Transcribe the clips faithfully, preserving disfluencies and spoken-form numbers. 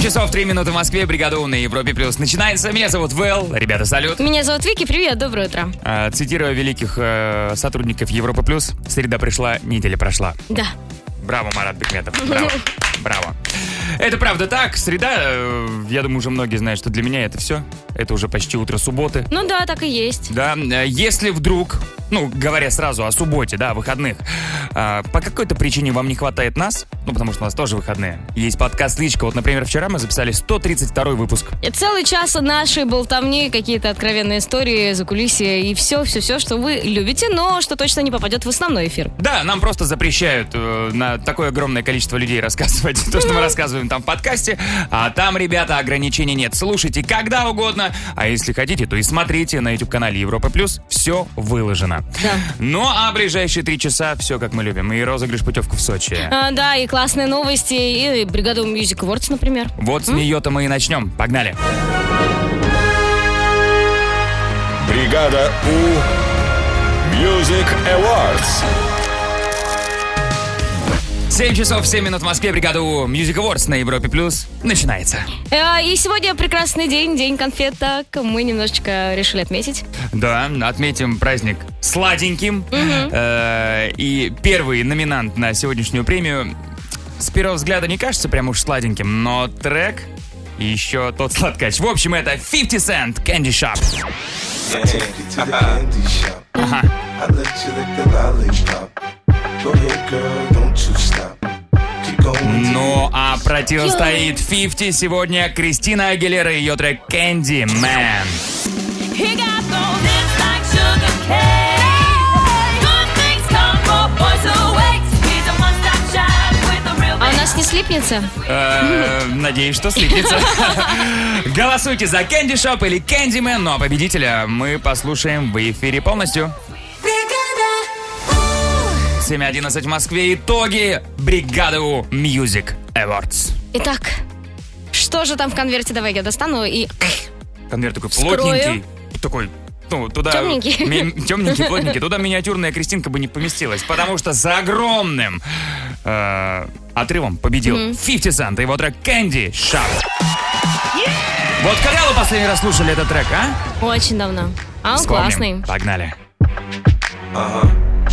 часов три минуты в Москве, бригада У на Европе Плюс. Начинается. Меня зовут Вэл. Ребята, салют. Меня зовут Вики. Привет, доброе утро. А, цитируя великих э, сотрудников Европы Плюс, среда пришла, неделя прошла. Да. Браво, Марат Бекметов. Браво. Браво. Это правда так. Среда, э, я думаю, уже многие знают, что для меня это все. Это уже почти утро субботы. Ну да, так и есть. Да, если вдруг, ну, говоря сразу о субботе, да, выходных, э, по какой-то причине вам не хватает нас, ну, потому что у нас тоже выходные, есть подкаст «Личка». Вот, например, вчера мы записали сто тридцать второй выпуск. И целый час нашей болтовни, какие-то откровенные истории, закулисья и все-все-все, что вы любите, но что точно не попадет в основной эфир. Да, нам просто запрещают э, на такое огромное количество людей рассказывать то, что мы рассказываем там в подкасте, а там, ребята, ограничений нет. Слушайте когда угодно, а если хотите, то и смотрите на YouTube-канале Европа Плюс, все выложено. Да. Ну, а ближайшие три часа все как мы любим. И розыгрыш путевку в Сочи. А, да, и классные новости, и бригаду Music Awards, например. Вот с нее-то мы и начнем. Погнали. Бригада У Music Awards. семь часов семь минут в Москве, бригада У Music Awards на Европе Плюс начинается. И сегодня прекрасный день, день конфеток. Мы немножечко решили отметить. Да, отметим праздник сладеньким. Угу. Э, и первый номинант на сегодняшнюю премию с первого взгляда не кажется прям уж сладеньким, но трек и еще тот сладкач. В общем, это фифти Cent Candy Shop. Ага. Ну, а противостоит фифти сегодня Кристина Агилера и ее трек Candy Man. А у нас не слипнется? Э, Надеюсь, что слипнется. Голосуйте за Candy Shop или Candy Man, ну а победителя мы послушаем в эфире полностью. семь одиннадцать в Москве. Итоги бригады У Music Awards. Итак, что же там в конверте? Давай я достану и... Конверт такой Вскрою. плотненький. Такой, ну, туда... Темненький. ми- темненький, плотненький. Туда миниатюрная Кристинка бы не поместилась. Потому что за огромным э, отрывом победил фифти Cent и его трек Candy Shop. Вот когда вы последний раз слушали этот трек, а? Очень давно. А он Вспомним. классный. Погнали. Uh-huh.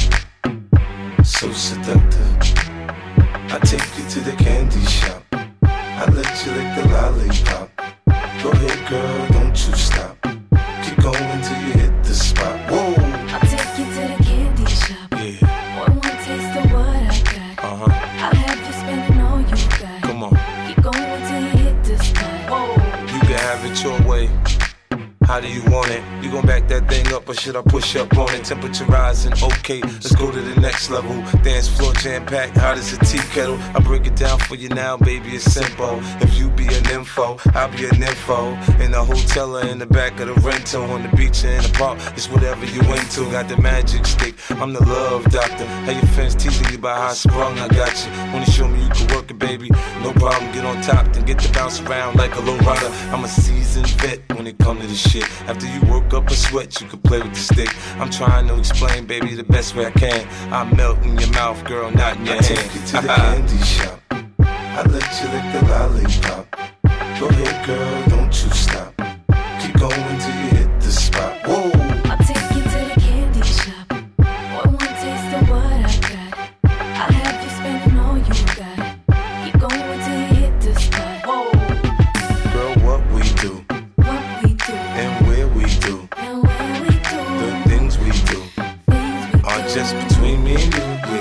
So seductive. I take you to the candy shop. I let you lick the lollipop. Go ahead, girl, don't you stop. Keep going till you hit the spot. Whoa. I'll take you to the candy shop. Yeah. One more taste of what I got. Uh-huh. I'll have you spending all you got. Come on. Keep going till you hit the spot. Whoa. You can have it your way. How do you want it? You gon' back that thing up or should I push up on it? Temperature rising, okay, let's go to the next level. Dance floor jam-packed, hot as a tea kettle. I break it down for you now, baby, it's simple. If you be an info, I'll be an info. In the hotel or in the back of the rental, on the beach or in the park, it's whatever you into. Got the magic stick, I'm the love doctor. How your fans teasing you about how I sprung, I got you. Wanna show me you can work it, baby? No problem, get on top, then get to bounce around like a low rider. I'm a seasoned vet when it comes to this shit. After you work up a sweat, you can play with the stick. I'm trying to explain, baby, the best way I can. I melt in your mouth, girl, not in your hand. I take you to the candy shop. I let you lick the lollipop. Go ahead, girl, don't you stop. Keep going till you hit the spot. Whoa. I'll take you to the candy shop. One more taste of what I got. I'll have you spending all you got. Keep going till you hit the spot. Whoa. Girl, what we do What we do and where we do, and where we do. the things we do Things we are do. just between me and you.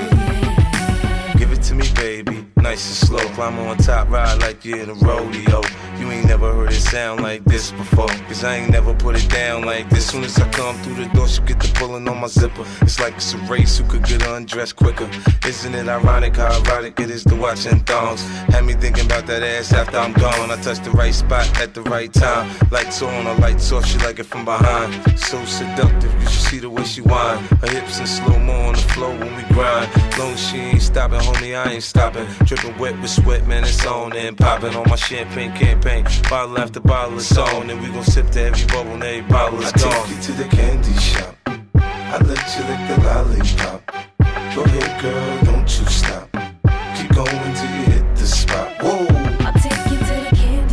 Yeah. Give it to me, baby. Nice and slow. Climb on top, ride like you're in a rodeo. You ain't never heard it sound like this before. Cause I ain't never put it down like this. Soon as I come through the door, she get the pulling on my zipper. It's like it's a race who could get undressed quicker. Isn't it ironic how erotic it is to watching thongs? Had me thinking about that ass after I'm gone. I touched the right spot at the right time. Lights on, or lights off, she like it from behind. So seductive, you should see the way she whine. Her hips in slow-mo on the floor when we grind. Long as she ain't stopping, homie, I ain't stopping. Dripping wet with sweat, man, it's on and popping on my champagne campaign. Bottle after bottle is on, and we gon' sip to every bubble and every bottle is gone. I take you to the candy shop. I let you lick the lollipop. Go ahead, girl, don't you stop. Keep going till you hit the spot. Whoa. I'll take you to the candy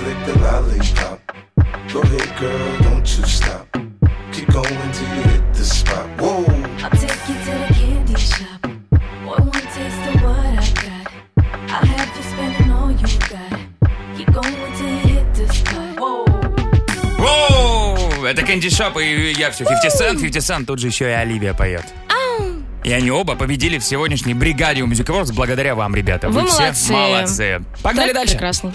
lick the lollipop. Go ahead, girl, don't you stop. Keep going till you hit the spot. Whoa. I'll take you to the candy shop. Boy, one taste of what I got. I'll have you spending all you got. Keep going till you hit the spot. Whoa. Воу! Это Candy Shop, и я все. фифти Cent, фифти Cent, тут же еще и Оливия поет. И они оба победили в сегодняшней бригаде у Music Awards благодаря вам, ребята. Вы Вы молодцы. все молодцы. Погнали Так дальше. прекрасно.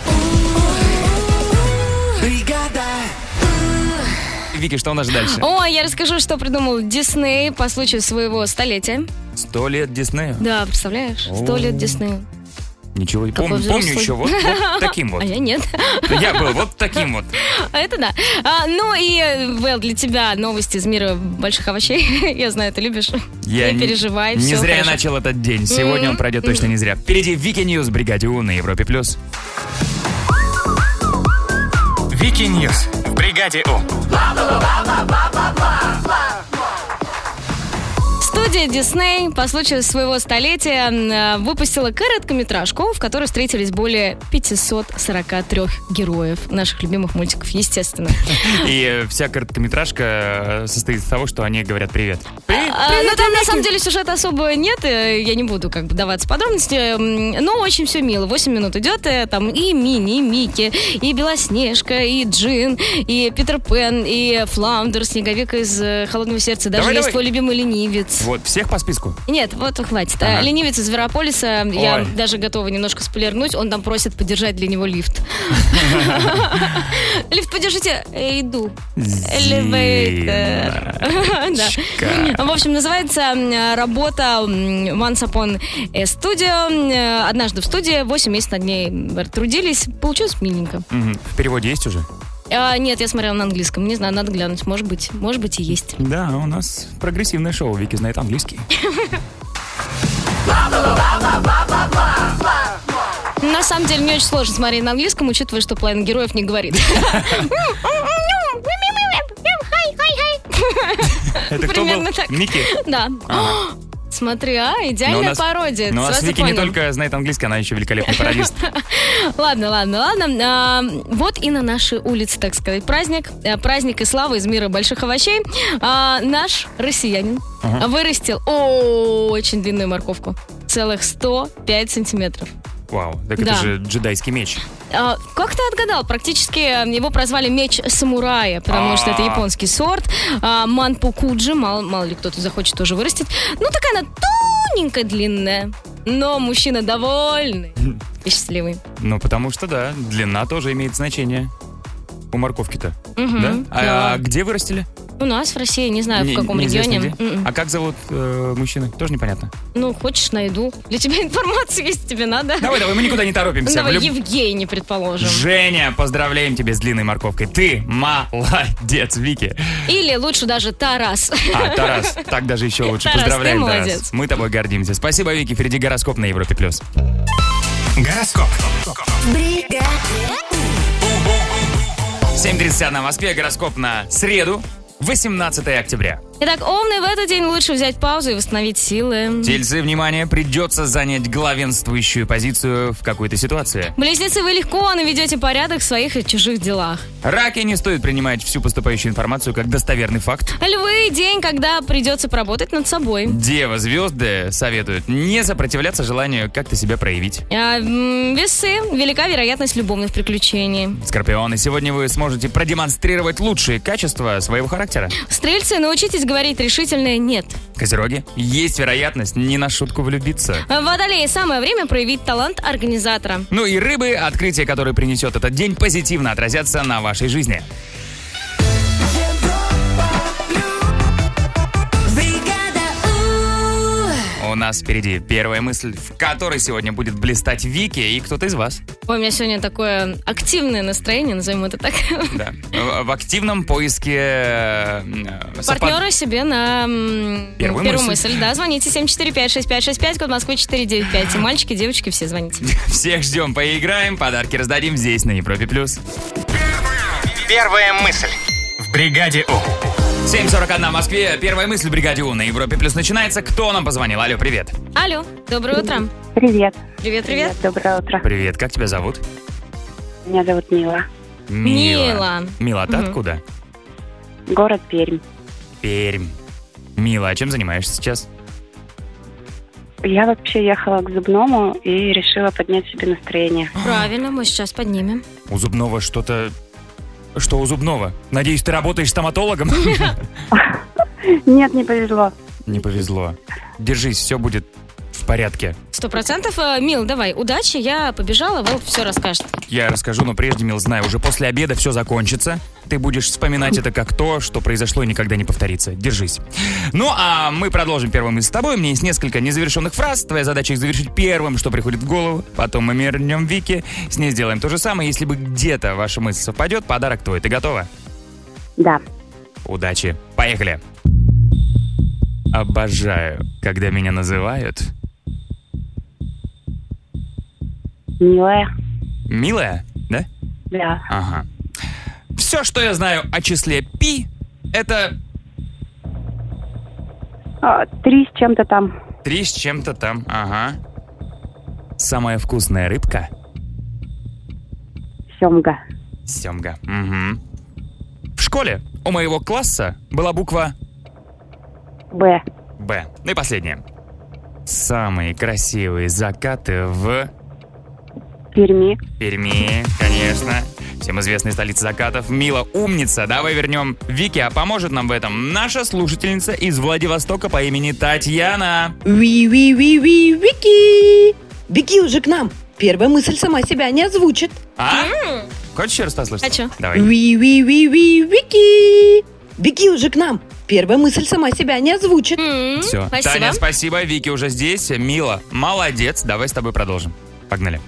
Вики, что у нас дальше? О, я расскажу, что придумал Дисней по случаю своего столетия. Сто лет Диснею. Да, представляешь? Сто О. лет Диснею. Ничего, Какой пом- помню взрослый. еще вот, вот таким вот. А я нет. Я был вот таким вот. А это да. А, ну и, Вэл, для тебя новости из мира больших овощей. Я знаю, ты любишь. Я Не переживай, Не всё зря хорошо. я начал этот день. Сегодня он пройдет точно не зря. Впереди Вики Ньюс в бригаде У на Европе плюс. Вики Ньюс в бригаде У. Студия Дисней по случаю своего столетия э, выпустила короткометражку, в которой встретились более пятьсот сорок три героев наших любимых мультиков, естественно. И э, вся короткометражка э, состоит из того, что они говорят привет. Привет, А, привет, ну, там на Вики. самом деле сюжета особо нет, э, я не буду как бы даваться подробности, м, но очень все мило. восемь минут идет, э, там и Мини, и Микки, и Белоснежка, и Джин, и Питер Пен, и Флаундер, Снеговик из э, «Холодного сердца», даже Давай, есть давай. твой любимый ленивец. Вот, всех по списку. Нет, вот хватит. Ага. А, Ленивец из Зверополиса, я Ой. даже готова немножко спойлернуть, он там просит подержать для него лифт. Лифт, подержите, э, иду. Элевейтор. Да. Шикарно. В общем, называется м, работа м, Once Upon a Studio. М, Однажды в студии, восемь месяцев над ней трудились. Получилось миленько. Мгм. В переводе есть уже? А, нет, я смотрела на английском. Не знаю, надо глянуть. Может быть, может быть и есть. Да, у нас прогрессивное шоу. Вики знает английский. На самом деле, мне очень сложно смотреть на английском, учитывая, что половина героев не говорит. Это кто был? Примерно так. Микки? Да. Смотри, а, Но у идеальная нас- пародия. Но у нас Сразу Вики не понял. только знает английский, она еще великолепный пародист. Ладно, ладно, ладно. А, вот и на нашей улице, так сказать, праздник. А, праздник и слава из мира больших овощей. А, наш россиянин вырастил очень длинную морковку. Целых сто пять сантиметров. Вау, так Да. это же джедайский меч. А, как ты отгадал? Практически э, его прозвали меч самурая, потому что это японский сорт. А, манпукуджи, мало, мало ли кто-то захочет тоже вырастить. Ну, такая она тоненькая, длинная. Но мужчина довольный и счастливый. Ну, потому что, да, длина тоже имеет значение. У морковки-то. Мгм, Да? А, да. а где вырастили? У нас в России, не знаю, Не- в каком неизвестно регионе. где. М-м. А как зовут э, мужчины? Тоже непонятно. Ну, хочешь, найду. Для тебя информация есть, тебе надо. Давай, давай, мы никуда не торопимся. Давай, В люб- Евгений, предположим. Женя, поздравляем тебя с длинной морковкой. Ты молодец, Вики. Или лучше даже Тарас. А, Тарас, так даже еще лучше. Тарас, Поздравляем, ты Тарас. молодец. Мы тобой гордимся. Спасибо, Вики. Впереди гороскоп на Европе+. плюс. Гороскоп. семь тридцать одна в Москве. Гороскоп на среду, восемнадцатое октября. Итак, Овны, в этот день лучше взять паузу и восстановить силы. Тельцы, внимание, придется занять главенствующую позицию в какой-то ситуации. Близнецы, вы легко наведете порядок в своих и чужих делах. Раки, не стоит принимать всю поступающую информацию как достоверный факт. Львы, день, когда придется поработать над собой. Дева, звезды советуют не сопротивляться желанию как-то себя проявить. А, м, весы, велика вероятность любовных приключений. Скорпионы, сегодня вы сможете продемонстрировать лучшие качества своего характера. Стрельцы, научитесь говорить решительное «нет». Козероги, есть вероятность не на шутку влюбиться. Водолеи, самое время проявить талант организатора. Ну и рыбы, открытия, которые принесет этот день, позитивно отразятся на вашей жизни. У нас впереди первая мысль, в которой сегодня будет блистать Вики и кто-то из вас. Ой, у меня сегодня такое активное настроение, назовем это так. Да. В в активном поиске э, совпад- Партнера себе на м, Первую первую мысль. мысль. Да, звоните семь четыре пять шесть пять шесть пять, код Москвы четыре девять пять. И мальчики, девочки, все звоните. Всех ждем, поиграем, подарки раздадим здесь, на Европе+. плюс. Первая мысль в бригаде У. семь сорок один в Москве. Первая мысль в бригаде У на Европе Плюс начинается. Кто нам позвонил? Алло, привет. Алло, доброе утро. Привет. Привет, привет. Доброе утро. Привет, как тебя зовут? Меня зовут Мила. Мила. Мила, а ты Мгм. откуда? Город Пермь. Пермь. Мила, а чем занимаешься сейчас? Я вообще ехала к зубному и решила поднять себе настроение. Правильно, мы сейчас поднимем. У зубного что-то... Что у зубного? Надеюсь, ты работаешь стоматологом? Нет, не повезло. Не повезло. Держись, все будет в порядке. Сто процентов. Э, Мил, давай, удачи, я побежала, Вэл все расскажет. Я расскажу, но прежде, Мил, знаю, уже после обеда все закончится. Ты будешь вспоминать это как то, что произошло и никогда не повторится. Держись. Ну, а мы продолжим первым мысль с тобой. У меня есть несколько незавершенных фраз. Твоя задача их завершить первым, что приходит в голову. Потом мы вернем Вики. С ней сделаем то же самое. Если бы где-то ваша мысль совпадет, подарок твой. Ты готова? Да. Удачи. Поехали. Обожаю, когда меня называют... Милая. Милая, да? Да. Ага. Все, что я знаю о числе пи, это А, три с чем-то там. три с чем-то там. Ага. Самая вкусная рыбка? Семга. Семга. Угу. В школе у моего класса была буква Б. Б. Ну и последнее. Самые красивые закаты в Перми. Перми, конечно. Всем известная столица закатов. Мила умница. Давай вернем Вики, а поможет нам в этом наша слушательница из Владивостока по имени Татьяна. Ви-ви-ви-ви, Вики! Беги уже к нам. Первая мысль сама себя не озвучит. А? Хочешь еще раз послушать? А чё? Давай. Ви-ви-ви-ви, Вики! Беги уже к нам. Первая мысль сама себя не озвучит. М, Все. Спасибо. Таня, спасибо. Вики уже здесь. Мила, молодец. Давай с тобой продолжим. Погнали.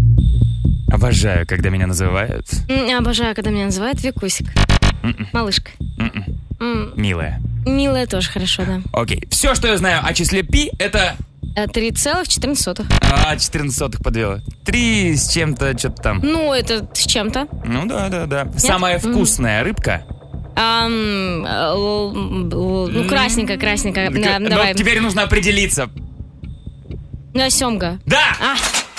Обожаю, когда меня называют М, Обожаю, когда меня называют Викусик. М-м. Малышка. М-м. М, Милая. Милая тоже хорошо, да. Окей. Все, что я знаю о числе пи, это... Э, три целых четырнадцать сотых. А, четырнадцать сотых подвела. Три с чем-то, что-то там. Ну, это с чем-то. Ну да, да, да. Самая Мгм. вкусная рыбка. Ам, э, л- л- ну, красненькая, красненькая. Да, Но давай. теперь нужно определиться. Ну, семга. Да! А.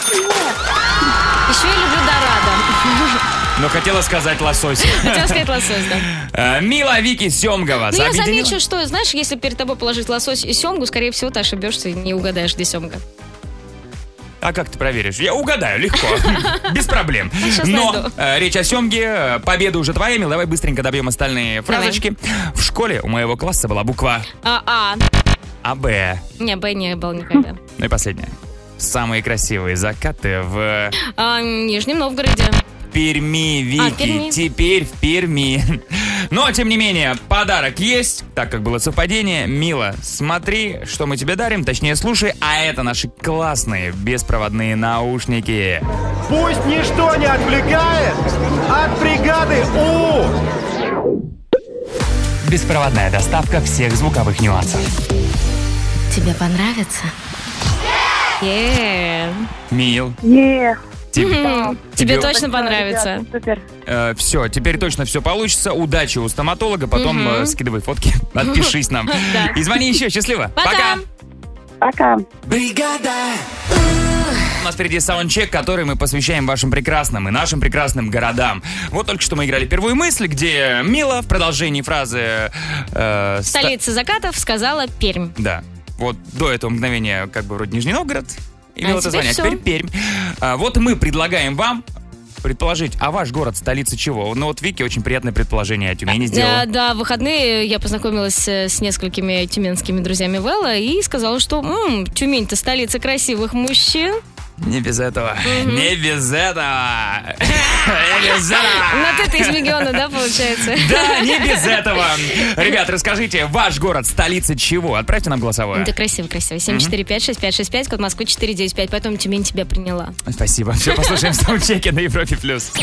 Еще я люблю дорадо. Но хотела сказать лосось. Хотела сказать лосось, да. Э, Мила, Вики, семга вас Ну, я объединила? замечу, что, знаешь, если перед тобой положить лосось и семгу, скорее всего, ты ошибешься и не угадаешь, где семга. А как ты проверишь? Я угадаю, легко. Без проблем. Сейчас Но найду. э, речь о семге. э, Победа уже твоя, Мил. Давай быстренько добьем остальные Давай. фразочки. В школе у моего класса была буква А, а. А, Б. Не, Б не был никогда. Ну и последнее. Самые красивые закаты в А, в Нижнем Новгороде. Перми, Вики. А, в Перми. Теперь в Перми. Но, тем не менее, подарок есть, так как было совпадение. Мила, смотри, что мы тебе дарим, точнее, слушай, а это наши классные беспроводные наушники. Пусть ничто не отвлекает от бригады У. Беспроводная доставка всех звуковых нюансов. Тебе понравится? Е. Мил, Е. тебе, Мгм. Тебе тебе- точно понравится. Ребята, супер. все, теперь точно все получится. Удачи у стоматолога, потом Мгм. э, скидывай фотки, отпишись нам. Да. И звони еще, счастливо. Пока. Пока. У нас впереди саундчек, который мы посвящаем вашим прекрасным и нашим прекрасным городам. Вот только что мы играли первую мысль, где Мила в продолжении фразы... э, ста- Столица закатов сказала Пермь. Да. Вот до этого мгновения как бы вроде Нижний Новгород. И А Мила теперь звонит, а всё. теперь Пермь. А, вот мы предлагаем вам предположить, а ваш город столица чего? Ну вот Вики очень приятное предположение о Тюмени сделала. Да, да, в выходные я познакомилась э, с несколькими тюменскими друзьями Вэлла и сказала, что м, Тюмень-то столица красивых мужчин. Не без этого. Не без этого. Не без этого. Ну ты-то из региона, да, получается? Да, не без этого. Ребят, расскажите, ваш город столица чего? Отправьте нам голосовое. Это красиво, красиво. семь четыре пять шесть пять шесть пять, код Москвы четыре девять пять, поэтому Тюмень тебя приняла. Спасибо. Все, послушаем в саундчеке на Европе+. плюс.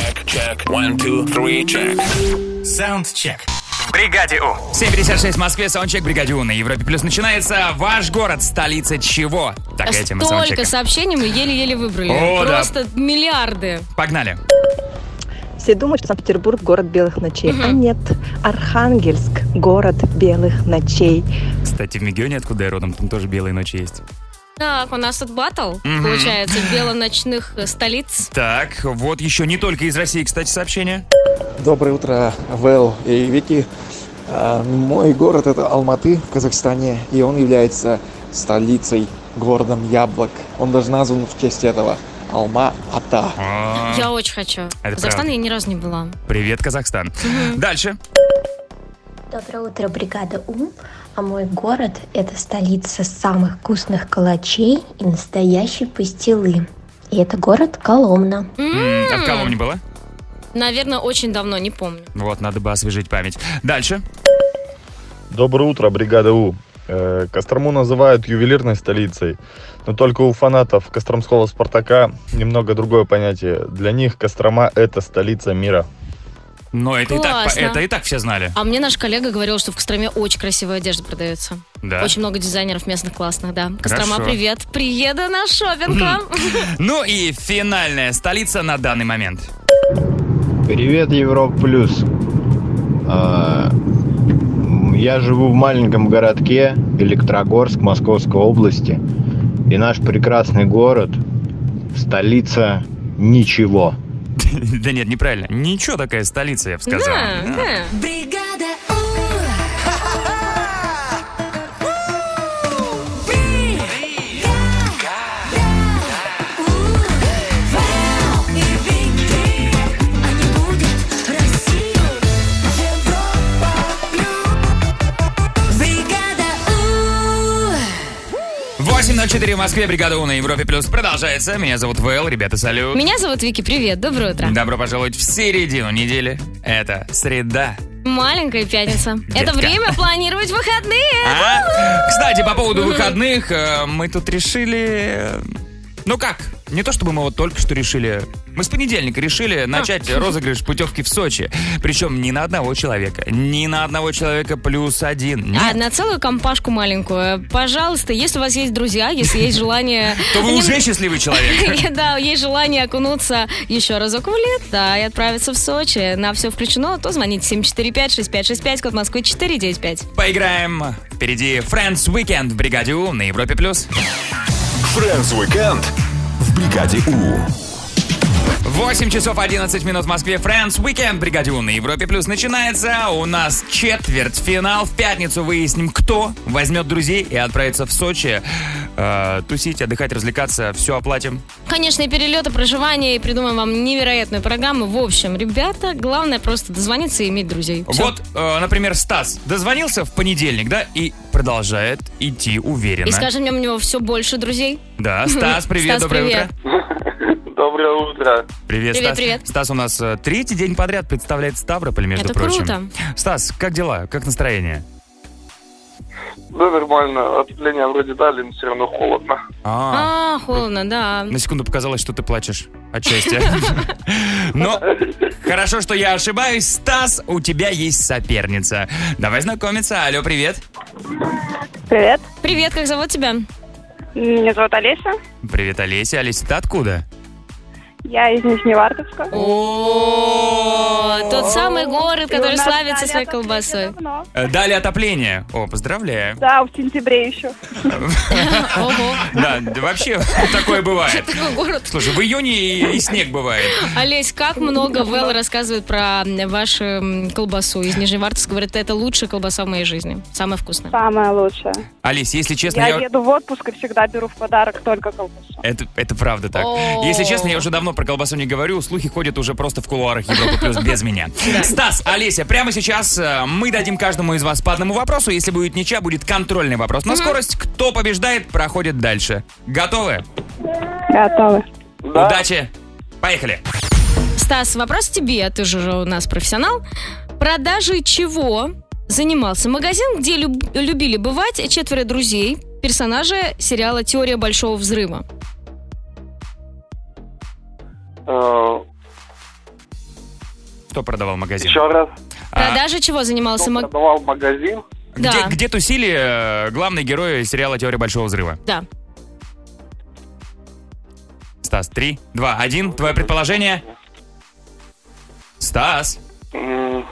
Саундчек. В бригаде У. семь пятьдесят шесть в Москве, саундчек «Бригаде У» на Европе+. Плюс начинается. Ваш город столица чего? Такая тема Столько саундчека. сообщений мы еле-еле выбрали. О, да. Просто миллиарды. Погнали. Все думают, что Санкт-Петербург – город белых ночей. А нет, Архангельск – город белых ночей. Кстати, в Мегионе, откуда я родом, там тоже белые ночи есть. Так, у нас тут баттл, Мгм. получается, белоночных э, столиц. Так, вот еще не только из России, кстати, сообщение. Доброе утро, Вэл и Вики. А, Мой город — это Алматы в Казахстане, и он является столицей, городом яблок. Он даже назван в честь этого. Алма-Ата. Я очень хочу. Это Казахстан правда. я ни разу не была. Привет, Казахстан. Дальше. Доброе утро, бригада У. А мой город – это столица самых вкусных калачей и настоящей пастилы. И это город Коломна. М, А в Коломне была? Наверное, очень давно, не помню. Вот, надо бы освежить память. Дальше. Доброе утро, бригада У. Э, Кострому называют ювелирной столицей, но только у фанатов костромского «Спартака» немного другое понятие. Для них Кострома – это столица мира. Но это и, так, Классно. это и так все знали. А мне наш коллега говорил, что в Костроме очень красивая одежда продается. Да? Очень много дизайнеров местных классных, да. Кострома, Хорошо. привет. Приеду на шопинг к вам. Ну и финальная столица на данный момент. Привет, Европа Плюс. А, Я живу в маленьком городке Электрогорск Московской области. И наш прекрасный город – столица ничего. Да нет, неправильно. Ничего такая столица, я бы сказал. Да, да. Бригада восемь ноль четыре в Москве, бригада У на Европе Плюс продолжается. Меня зовут Вэл, ребята, салют. Меня зовут Вики, привет, доброе утро. Добро пожаловать в середину недели. Это среда. Маленькая пятница. Это время планировать выходные. А? Кстати, по поводу выходных, э, мы тут решили... э, Ну как? Не то чтобы мы вот только что решили. Мы с понедельника решили начать розыгрыш путевки в Сочи. Причем не на одного человека. Не на одного человека плюс один. Нет. А на целую компашку маленькую. Пожалуйста, если у вас есть друзья, если есть желание... То вы уже счастливый человек. Да, есть желание окунуться еще разок в лет, да, и отправиться в Сочи. На все включено, то звоните семь четыре пять шесть пять шесть пять, код Москвы четыре девять пять. Поиграем. Впереди Friends Weekend в бригаде У на Европе Плюс. Friends Weekend в бригаде У. восемь часов одиннадцать минут в Москве. Friends Weekend в бригаде У на Европе Плюс начинается. У нас четвертьфинал. В пятницу выясним, кто возьмет друзей и отправится в Сочи. Э, тусить, отдыхать, развлекаться. Все оплатим. Конечно, и перелеты, проживание, и придумаем вам невероятную программу. В общем, ребята, главное просто дозвониться и иметь друзей. Всё. Вот, э, например, Стас дозвонился в понедельник, да, и продолжает идти уверенно. И с каждым днем у него все больше друзей. Да, Стас, привет, Стас, доброе привет. утро. Доброе утро. Привет, Привет, Стас. привет. Стас у нас э, третий день подряд представляет Ставрополь, между Это прочим. круто. Стас, как дела? Как настроение? Да, нормально. Отопление вроде дали, но все равно холодно. А, А, холодно, да. на секунду показалось, что ты плачешь от счастья. Но хорошо, что я ошибаюсь. Стас, у тебя есть соперница. Давай знакомиться. Алло, привет. Привет. Привет, как зовут тебя? Меня зовут Олеся. Привет, Олеся. Олеся, ты откуда? Я из Нижневартовска. О, тот самый город, И у который нас славится дали своей отопление колбасой. давно. Э, Дали отопление. О, поздравляю. Да, в сентябре еще. Ого. Да, да, вообще такое бывает. Такой город. Слушай, в июне и, и снег бывает. Олесь, как много Вэл рассказывает про вашу м, колбасу из Нижневартовска. Говорит, это лучшая колбаса в моей жизни. Самая вкусная. Самое лучшее. Олесь, если честно, Я я... еду в отпуск и всегда беру в подарок только колбасу. Это, это правда так. О. Если честно, я уже давно про колбасу не говорю. Слухи ходят уже просто в кулуарах Европы Плюс без меня. Стас, Олеся, прямо сейчас э, мы дадим каждому из вас по одному вопросу. Если будет ничья, будет контрольный вопрос на скорость. Кто побеждает, проходит дальше. Готовы? Готовы. Удачи! Поехали! Стас, вопрос тебе. Ты же у нас профессионал. Продажей чего занимался магазин, где люб- любили бывать четверо друзей, персонажи сериала «Теория большого взрыва»? Э, Кто продавал магазин? Еще раз. А, Продажей чего занимался магазин? Продавал магазин. где, Да. где тусили э, главные герои сериала «Теория большого взрыва»? Да. Стас, три, два, один. Твое предположение? Стас? М,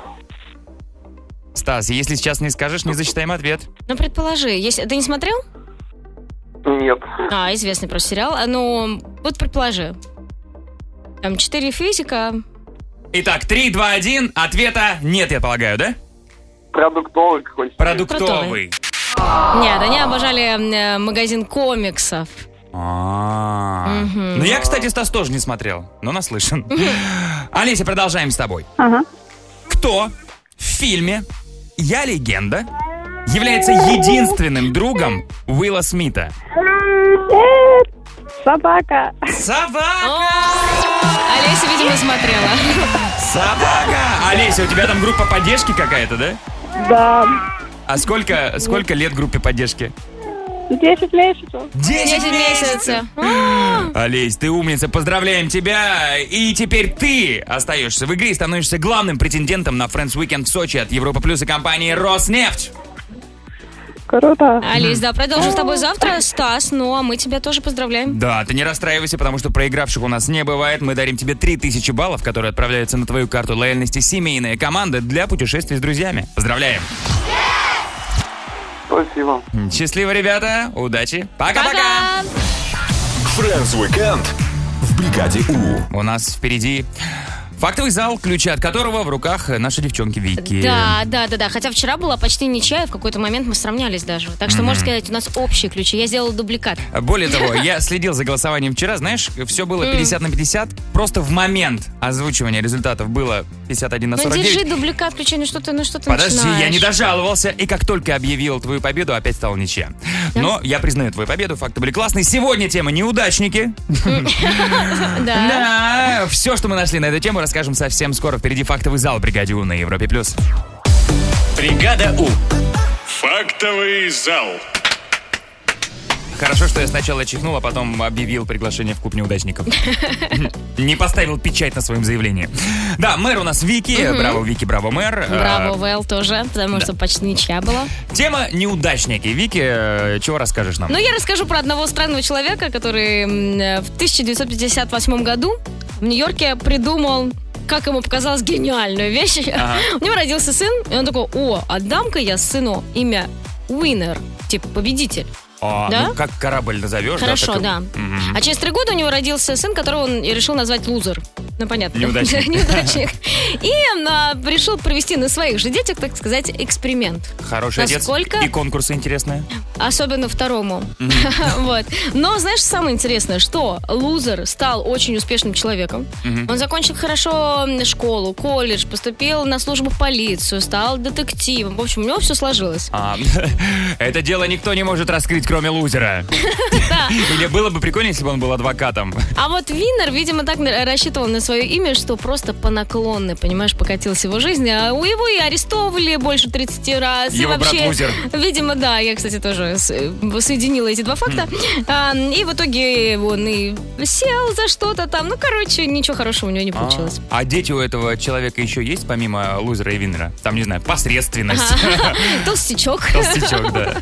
Стас, если сейчас не скажешь, не засчитаем ответ. Ну, предположи. Если... Ты не смотрел? Нет. А, известный просто сериал. А, ну, вот предположи. Там четыре физика. Итак, три, два, один. Ответа нет, я полагаю, да? Продуктовый какой-то. Продуктовый. Нет, они обожали э, магазин комиксов. А. Мгм. Ну, я, кстати, Стас тоже не смотрел, но наслышан. Олеся, продолжаем с тобой. Ага. Кто в фильме «Я легенда» является единственным другом Уилла Смита? Собака. Собака! Олеся, видимо, смотрела. Собака! Олеся, у тебя там группа поддержки какая-то, да? Да. А сколько, сколько лет группе поддержки? Десять месяцев. Десять месяцев. Олесь, ты умница, поздравляем тебя. И теперь ты остаешься в игре и становишься главным претендентом на Friends Weekend в Сочи от Европа Плюс и компании Роснефть. Круто. Олесь, да, продолжим с тобой завтра, Стас. Ну, а мы тебя тоже поздравляем. Да, ты не расстраивайся, потому что проигравших у нас не бывает. Мы дарим тебе три тысячи баллов, которые отправляются на твою карту лояльности «Семейная команда» для путешествий с друзьями. Поздравляем. Спасибо. Счастливо, ребята. Удачи. Пока-пока. Friends Weekend в бригаде У. У нас впереди фактовый зал, ключи от которого в руках нашей девчонки Вики. Да, да, да, да. Хотя вчера была почти ничья, и в какой-то момент мы сравнялись даже. Так что, Мгм. можно сказать, у нас общие ключи. Я сделала дубликат. Более того, я следил за голосованием вчера, знаешь, все было пятьдесят на пятьдесят. Просто в момент озвучивания результатов было пятьдесят один на Ну, сорок девять. держи дубликат ключей, ну что ты, ну что ты Подожди, начинаешь? я не дожаловался, и как только объявил твою победу, опять стала ничья. Но я признаю твою победу, факты были классные. Сегодня тема «Неудачники». Да. Да, все, что мы нашли на эту тему, расскажем совсем скоро. Впереди фактовый зал в бригаде У на Европе+. плюс. Бригада У. Фактовый зал. Хорошо, что я сначала чихнул, а потом объявил приглашение в клуб неудачников. Не поставил печать на своем заявлении. Да, мэр у нас Вики. Мгм. Браво, Вики, браво, мэр. Браво, А, Вэл, тоже, потому что почти ничья была. Тема «Неудачники». Вики, э, чего расскажешь нам? Ну, я расскажу про одного странного человека, который м, в тысяча девятьсот пятьдесят восьмом году в Нью-Йорке придумал, как ему показалось, гениальную вещь. Ага. У него родился сын, и он такой: о, отдам-ка я сыну имя Winner, типа победитель. А, Да? ну, как корабль назовешь? Хорошо, так и- да. Мгм. А через три года у него родился сын, которого он и решил назвать Лузер. Ну, понятно. Неудачник. Неудачник. И а, решил провести на своих же детях, так сказать, эксперимент. Хороший Насколько? отец. И конкурсы интересные. Особенно второму. Вот. Но знаешь, самое интересное, что Лузер стал очень успешным человеком. Мгм. Он закончил хорошо школу, колледж, поступил на службу в полицию, стал детективом. В общем, у него все сложилось. А, это дело никто не может раскрыть, кроме лузера. Или было бы прикольно, если бы он был адвокатом. А вот Виннер, видимо, так на- рассчитывал на свое имя, что просто по наклонной, понимаешь, покатилась его жизнь. А у его и арестовывали больше тридцати раз. И Его брат вообще, лузер. видимо, да, я, кстати, тоже с- соединила эти два факта. А, и в итоге он и сел за что-то там. Ну, короче, ничего хорошего у него не получилось. А, а дети у этого человека еще есть, помимо лузера и виннера? Там, не знаю, посредственность. Толстячок. Толстячок, да.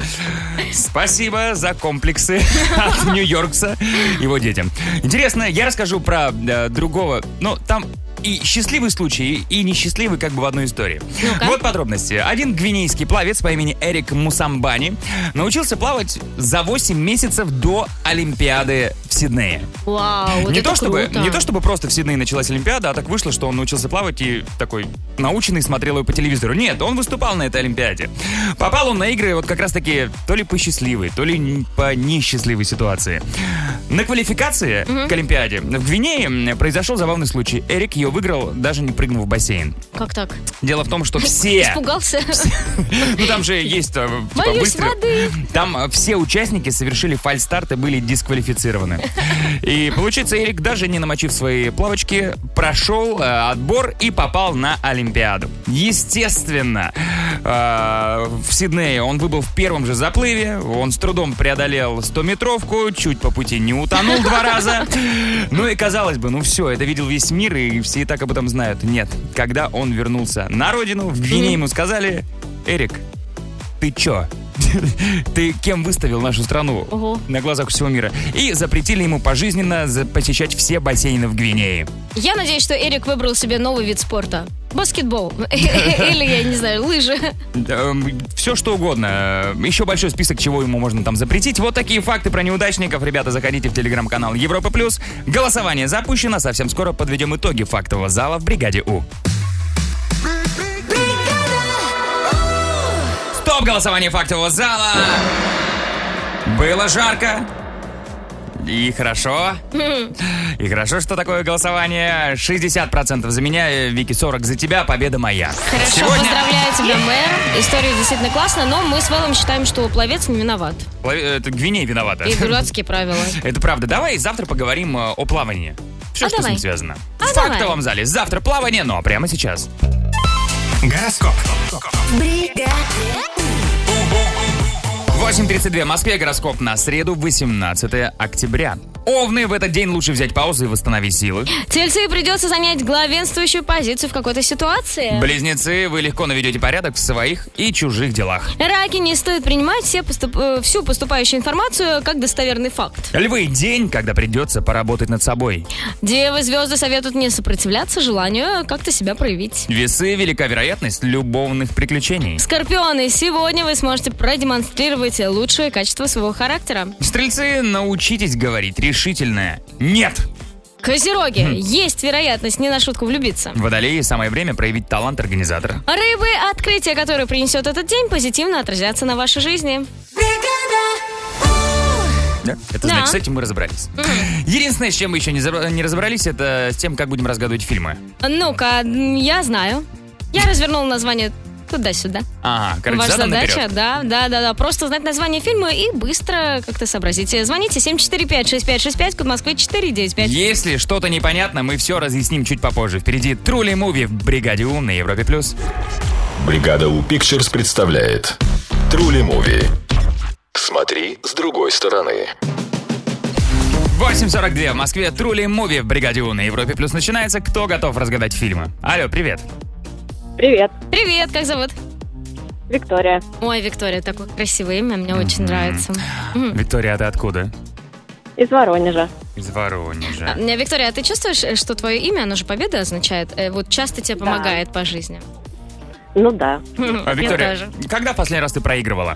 Спасибо за комплексы от Нью-Йоркса его детям. Интересно, я расскажу про э, другого. Ну, там и счастливый случай, и несчастливый как бы в одной истории. Вот подробности. Один гвинейский пловец по имени Эрик Мусамбани научился плавать за восемь месяцев до Олимпиады в Сиднее. Вау, вот не, это то, чтобы, круто. не то чтобы просто в Сиднее началась Олимпиада, а так вышло, что он научился плавать и такой наученный смотрел ее по телевизору. Нет, он выступал на этой Олимпиаде. Попал он на игры вот как раз-таки то ли по счастливой, то ли н- по несчастливой ситуации. На квалификации к Олимпиаде в Гвинее произошел забавный случай. Эрик ее выиграл, даже не прыгнув в бассейн. Как так? Дело в том, что все... Испугался? Ну там же есть э, типа Боюсь быстрый- воды. Там э, все участники совершили фальстарт и были дисквалифицированы. И получается, Эрик, даже не намочив свои плавочки, прошел э, отбор и попал на Олимпиаду. Естественно, э, в Сиднее он выбыл в первом же заплыве. Он с трудом преодолел стометровку, чуть по пути не утонул два раза. Ну и казалось бы, ну все, это видел весь мир, и все и так об этом знают. Нет, когда он вернулся на родину, в Гвинее ему сказали: Эрик, ты чё, Ты кем выставил нашу страну? Ого. На глазах всего мира. И запретили ему пожизненно за- посещать все бассейны в Гвинее. Я надеюсь, что Эрик выбрал себе новый вид спорта. Баскетбол. Или, я не знаю, лыжи. Все что угодно. Еще большой список, чего ему можно там запретить. Вот такие факты про неудачников. Ребята, заходите в телеграм-канал Европа Плюс. Голосование запущено. Совсем скоро подведем итоги фактового зала в бригаде У. Стоп! Голосование фактового зала. Было жарко. И хорошо. И хорошо, что такое голосование. шестьдесят процентов за меня, Вики, сорок за тебя. Победа моя. Хорошо, Сегодня... поздравляю тебя, мэр. История действительно классная, но мы с Вэллом считаем, что пловец не виноват. Плаве- Это Гвинея виновата. И дурацкие правила. Это правда. Давай завтра поговорим э, о плавании. Все, А что давай. с ним связано. А В давай. фактовом зале. Завтра плавание, но прямо сейчас. Гороскоп. восемь тридцать два в Москве. Гороскоп на среду, восемнадцатое октября. Овны, в этот день лучше взять паузу и восстановить силы. Тельцы, придется занять главенствующую позицию в какой-то ситуации. Близнецы, вы легко наведете порядок в своих и чужих делах. Раки, не стоит принимать все поступ- э, всю поступающую информацию как достоверный факт. Львы, день, когда придется поработать над собой. Девы, звезды советуют не сопротивляться желанию как-то себя проявить. Весы, велика вероятность любовных приключений. Скорпионы, сегодня вы сможете продемонстрировать лучшие качества своего характера. Стрельцы, научитесь говорить решительное «нет». Козероги, есть вероятность не на шутку влюбиться. Водолеи, самое время проявить талант организатора. Рыбы, открытия, которые принесет этот день, позитивно отразятся на вашей жизни. Да? Это Да. значит, с этим мы разобрались. Единственное, с чем мы еще не, забра- не разобрались, это с тем, как будем разгадывать фильмы. Ну-ка, м, я знаю. Я развернула название туда-сюда. Ага, короче, Ваша задом задача, наперед. да, да, да, да, просто знать название фильма и быстро как-то сообразить. Звоните семь четыре пять шесть пять шесть пять, код Москвы четыре девять пять. Если что-то непонятно, мы все разъясним чуть попозже. Впереди Truly Movie в бригаде У на Европе плюс. Бригада У Pictures представляет Truly Movie. Смотри с другой стороны. восемь сорок два в Москве. Truly Movie в бригаде У на Европе плюс начинается. Кто готов разгадать фильмы? Алло, привет. Привет. Привет, как зовут? Виктория. Ой, Виктория, такое красивое имя, мне очень нравится. М. Виктория, а ты откуда? Из Воронежа. Из Воронежа. А, Виктория, а ты чувствуешь, э, что твое имя, оно же победа означает, э, вот часто тебе Да. помогает по жизни? Ну да. А, Виктория, Я тоже. когда в последний раз ты проигрывала?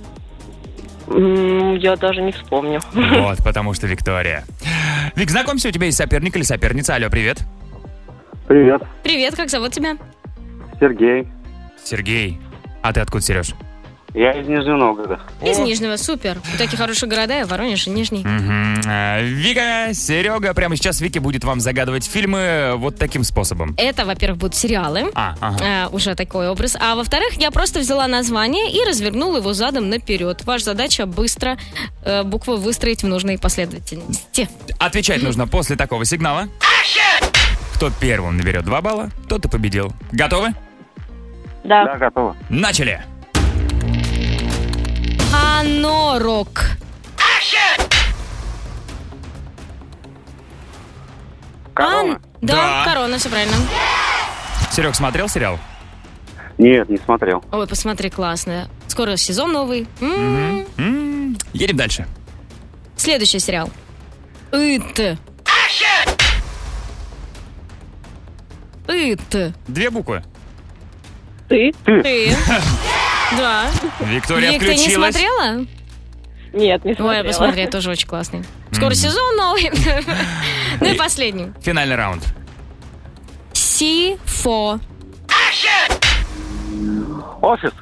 М, Я даже не вспомню. Вот, потому что Виктория. Вик, знакомься, у тебя есть соперник или соперница. Алло, привет. Привет, Привет, как зовут тебя? Сергей. Сергей. А ты откуда, Сереж? Я из Нижнего Новгорода. Из Нижнего, супер. Такие хорошие города, я Воронеж и Нижний. Мгм. А, Вика, Серега, прямо сейчас Вики будет вам загадывать фильмы вот таким способом. Это, во-первых, будут сериалы. А, ага. Э, уже такой образ. А во-вторых, я просто взяла название и развернула его задом наперед. Ваша задача быстро э, буквы выстроить в нужной последовательности. Отвечать нужно после такого сигнала. Кто первым наберет два балла, тот и победил. Готовы? Да. Да, готово. Начали. Анорок. Корона? Ан- Да, Да. корона, все правильно. Серег, смотрел сериал? Нет, не смотрел. Ой, посмотри, классно. Скоро сезон новый. М. М, Едем дальше. Следующий сериал. Ит. Ит. Две буквы. Ты? Ты. Да. Виктория Вик, ты не включилась. смотрела? Нет, не смотрела. Ой, посмотри, тоже очень классный. Скоро Мгм. сезон новый. Ну и последний. Финальный раунд. Си-фо. Офис.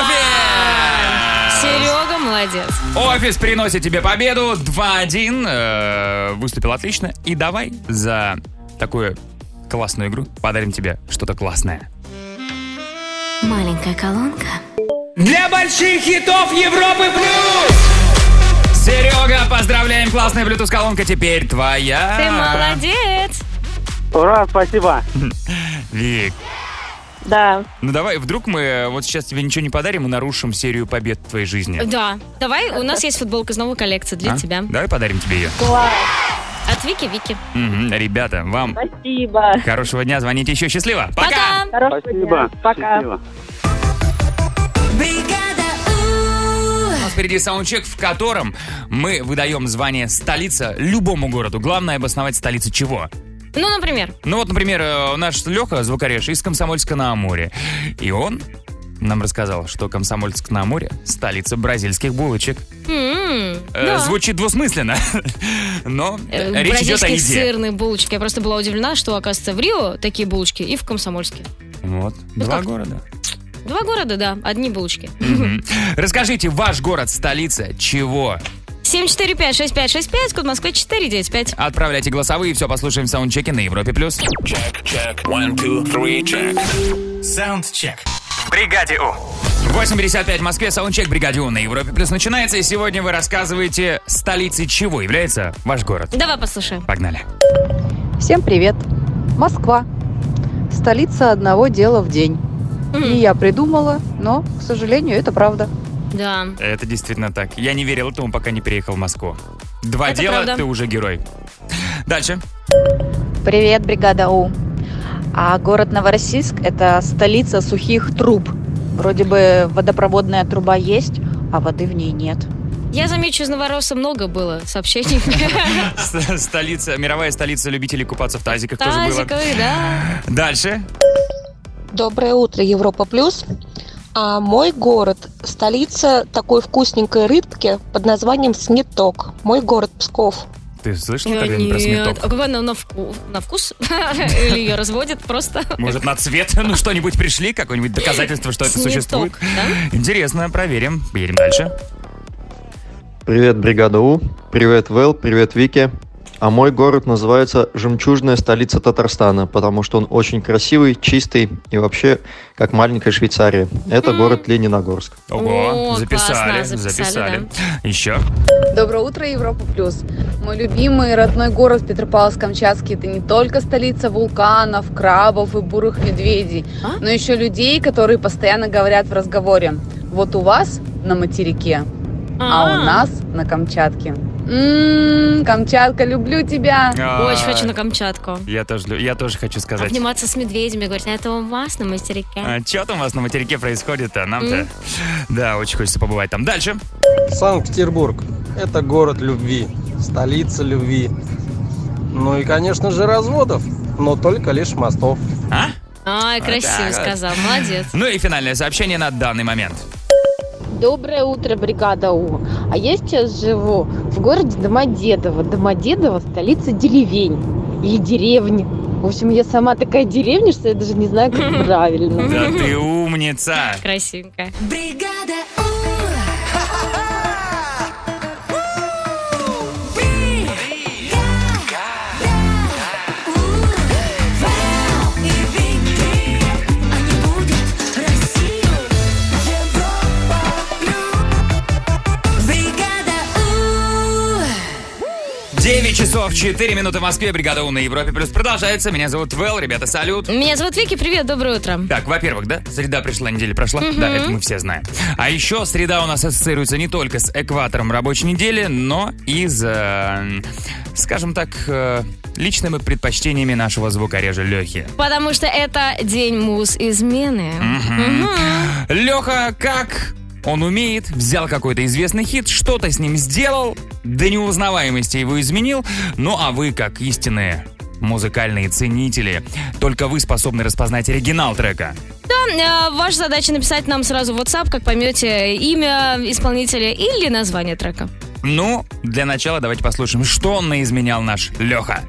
Серега, молодец. Офис приносит тебе победу. два один. Э, Выступил отлично. И давай за такую классную игру подарим тебе что-то классное. Маленькая колонка. Для больших хитов Европы плюс! Серега, поздравляем, классная Bluetooth-колонка теперь твоя. Ты молодец. Ура, спасибо. Вик, Да. ну давай, вдруг мы вот сейчас тебе ничего не подарим и нарушим серию побед в твоей жизни. Да, давай, у нас есть футболка из новой коллекции для А? тебя. Давай подарим тебе ее. Класс. От Вики Вики. Мгм, Ребята, вам Спасибо. хорошего дня, звоните еще, счастливо. Пока! Хорошего Спасибо. дня. Пока. Счастливо. впереди саундчек, в котором мы выдаем звание столица любому городу. Главное обосновать столицу чего? Ну, например? Ну вот, например, э, наш Леха, звукореж, из Комсомольска-на-Амуре. И он нам рассказал, что Комсомольск-на-Амуре – столица бразильских булочек. М-м, Э, да. Звучит двусмысленно, но Э, речь идет о Бразильские еде. сырные булочки. Я просто была удивлена, что, оказывается, в Рио такие булочки и в Комсомольске. Вот, Вот два как? города. Два города, да, одни булочки. Мгм. Расскажите, ваш город – столица чего? семь четыре пять шесть пять шесть пять, код Москвы четыре девять пять. Отправляйте голосовые, все послушаем в саундчеке на Европе+. плюс. Саундчек. В бригаде У. восемь пятьдесят пять в Москве, саундчек бригаде У на Европе Плюс начинается, и сегодня вы рассказываете, столицей чего является ваш город. Давай послушаем. Погнали. Всем привет. Москва. Столица одного дела в день. Не я придумала, но, к сожалению, это правда. Да. Это действительно так. Я не верил этому, пока не переехал в Москву. Два Это дела, правда. ты уже герой. Дальше. Привет, бригада У. А город Новороссийск – это столица сухих труб. Вроде бы водопроводная труба есть, а воды в ней нет. Я замечу, из Новоросса много было сообщений. С- Столица, мировая столица любителей купаться в тазиках тоже было. Тазиковые, да. Дальше. Доброе утро, Европа Плюс. А мой город – столица такой вкусненькой рыбки под названием Сниток. Мой город Псков. Ты слышал Э, когда-нибудь про Нет. сметок? А как она на вку- на вкус? Или ее разводят просто? Может, на цвет? Ну, что-нибудь пришли? Какое-нибудь доказательство, что это Сниток, существует? да? Интересно, проверим. Едем дальше. Привет, бригада У. Привет, Вэл. Привет, Вики. А мой город называется «Жемчужная столица Татарстана», потому что он очень красивый, чистый и вообще как маленькая Швейцария. Это город Лениногорск. Ого, О, записали, классно, записали, записали. Еще. Доброе утро, Европа Плюс. Мой любимый родной город Петропавловск-Камчатский – это не только столица вулканов, крабов и бурых медведей, но еще людей, которые постоянно говорят в разговоре. Вот у вас на материке, а у нас на Камчатке. Ммм, Камчатка, люблю тебя. Очень хочу на Камчатку. Я тоже, лю- я тоже хочу сказать. Обниматься с медведями, говорить, а это у вас на материке. А что там у вас на материке происходит-то? Нам-то, М? да, очень хочется побывать там. Дальше. Санкт-Петербург – это город любви, столица любви. Ну и, конечно же, разводов, но только лишь мостов. А? Ай, Вот красиво так вот. сказал, молодец. Ну и финальное сообщение на данный момент. Доброе утро, бригада У. А я сейчас живу в городе Домодедово. Домодедово – столица деревень или деревни. В общем, я сама такая деревня, что я даже не знаю, как правильно. Да ты умница. Красивенькая. Бригада девять часов четыре минуты в Москве. Бригада У на Европе Плюс продолжается. Меня зовут Вэл. Ребята, салют. Меня зовут Вики, привет, доброе утро. Так, во-первых, да, среда пришла, неделя прошла. Мгм. Да, это мы все знаем. А еще среда у нас ассоциируется не только с экватором рабочей недели, но и с, э, скажем так, э, личными предпочтениями нашего звукорежа Лехи. Потому что это день муз-измены. Леха, как он умеет, взял какой-то известный хит, что-то с ним сделал, до неузнаваемости его изменил. Ну а вы, как истинные музыкальные ценители, только вы способны распознать оригинал трека. Да, э, ваша задача написать нам сразу в WhatsApp, как поймете, имя исполнителя или название трека. Ну, для начала давайте послушаем, что он наизменял наш Леха.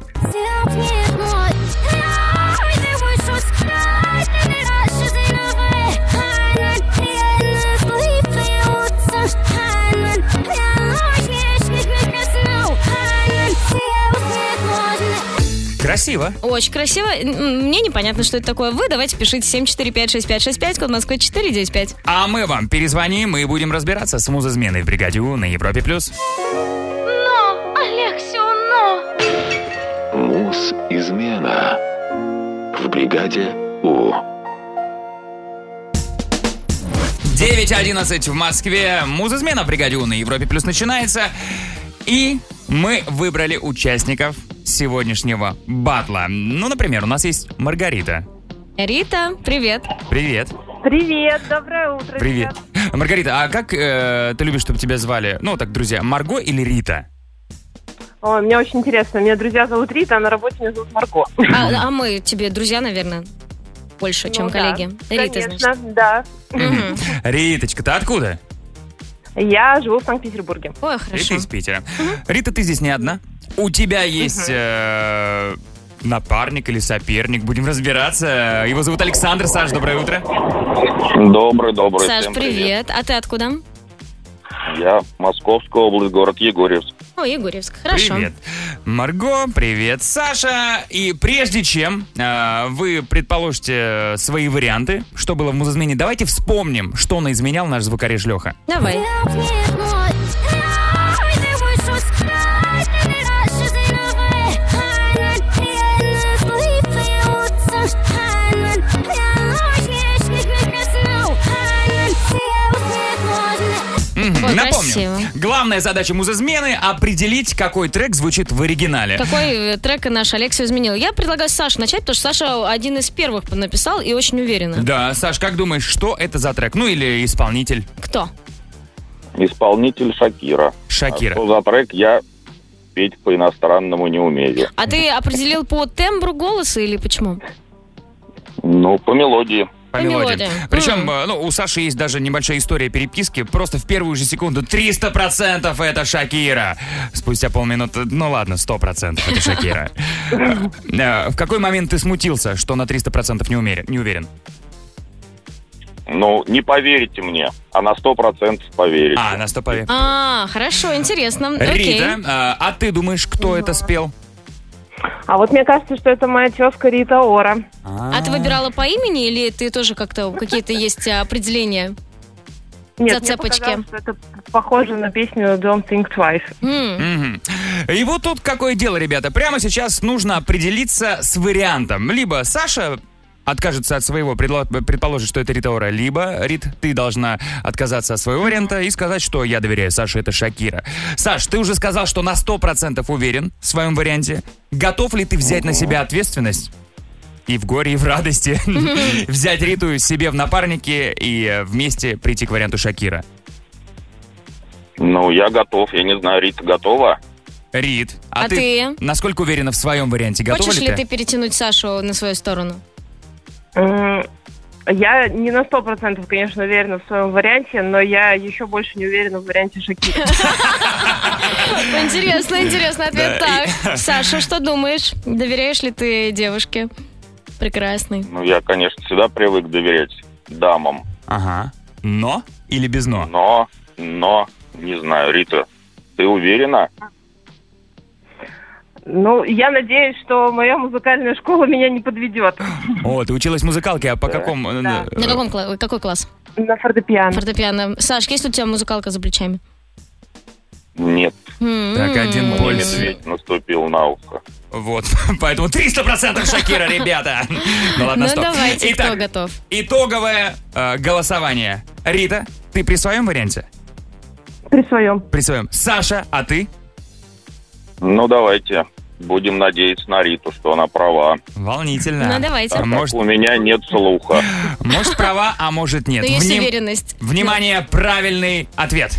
Красиво. Очень красиво. М, Мне непонятно, что это такое. Вы давайте пишите семь четыре пять шесть пять шесть пять, код Москвы четыре девять пять. А мы вам перезвоним и будем разбираться с муз-изменой в бригаде У на Европе Плюс. Но, Алексио, но. Муз-измена в бригаде У. девять одиннадцать в Москве. Муз-измена в бригаде У на Европе Плюс начинается. И мы выбрали участников сегодняшнего батла. Ну, например, у нас есть Маргарита. Рита, привет. Привет. Привет, доброе утро. Привет. Маргарита, а как э, ты любишь, чтобы тебя звали? Ну, так, друзья, Марго или Рита? Ой, мне очень интересно. Меня друзья зовут Рита, а на работе меня зовут Марго. А, а мы тебе друзья, наверное, больше, чем Ну да, коллеги. Рита, конечно, значит. да. Риточка, ты откуда? Я живу в Санкт-Петербурге. Ой, Рита из Питера. Рита, ты здесь не одна. У тебя есть э, напарник или соперник. Будем разбираться. Его зовут Александр. Саш, доброе утро. Добрый, добрый. Саш, всем привет. А ты откуда? Я Московская область, город Егорьевск. О, Егорьевск. Хорошо. Привет. Марго, привет, Саша. И прежде чем э, вы предположите свои варианты, что было в музызмене, давайте вспомним, что наизменял наш звукореж Леха. Давай. Ой, Напомню, красиво. главная задача музызмены — определить, какой трек звучит в оригинале. Какой трек наш Алексей изменил? Я предлагаю Саше начать, потому что Саша один из первых написал и очень уверенно. Да, Саш, как думаешь, что это за трек? Ну или исполнитель? Кто? Исполнитель Шакира. Шакира. А что за трек, я петь по-иностранному не умею. А ты определил по тембру голоса или почему? Ну, по мелодии. По мелодии. Причем, э, ну, у Саши есть даже небольшая история переписки. Просто в первую же секунду триста процентов это Шакира. Спустя полминуты, ну ладно, сто процентов это Шакира. Э, В какой момент ты смутился, что на триста процентов не умерен- не уверен? Ну, не поверите мне, а на сто процентов поверите. А, на сто поверь. А, хорошо, интересно. Окей. Рита, э, а ты думаешь, кто это спел? А вот мне кажется, что это моя тезка Рита Ора. А ты выбирала по имени или ты тоже как-то какие-то есть определения? Нет, Зацепочки. мне показалось, что это похоже на песню Don't Think Twice. Мгм. И вот тут какое дело, ребята. Прямо сейчас нужно определиться с вариантом. Либо Саша откажется от своего, предло- предположит, что это Рита Ора, либо, Рит, ты должна отказаться от своего варианта и сказать, что я доверяю Саше, это Шакира. Саш, ты уже сказал, что на сто процентов уверен в своем варианте. Готов ли ты взять на себя ответственность? И в горе, и в радости. Взять Риту себе в напарники и вместе прийти к варианту Шакира. Ну, я готов, я не знаю, Рита готова? Рит, а, А ты? насколько уверена в своем варианте? Готова Хочешь ли ли ты перетянуть Сашу на свою сторону? М, Я не на сто процентов, конечно, уверена в своем варианте, но я еще больше не уверена в варианте Шакира. Интересно, интересный ответ. Да, Так, Саша, что думаешь? Доверяешь ли ты девушке? Прекрасный. Ну, я, конечно, всегда привык доверять дамам. Ага. Но или без но? Но, но, не знаю, Рита, ты уверена? Ну, я надеюсь, что моя музыкальная школа меня не подведет. О, ты училась в музыкалке, а по какому? э, На каком кла- какой класс? На фортепиано. Фортепиано. Саш, есть у тебя музыкалка за плечами? Нет. Так, один Мне пульс. медведь наступил на ухо. Вот, поэтому триста процентов Шакира, ребята. Ну ладно, Ну стоп. давайте, кто Итак, готов? итоговое э, голосование. Рита, ты при своем варианте? При своем. При своем. Саша, а ты? Ну, давайте. Будем надеяться на Риту, что она права. Волнительно. Ну, давайте. Так как Может, у меня нет слуха. может права, а может нет. Но есть Вним- уверенность. Внимание, правильный ответ.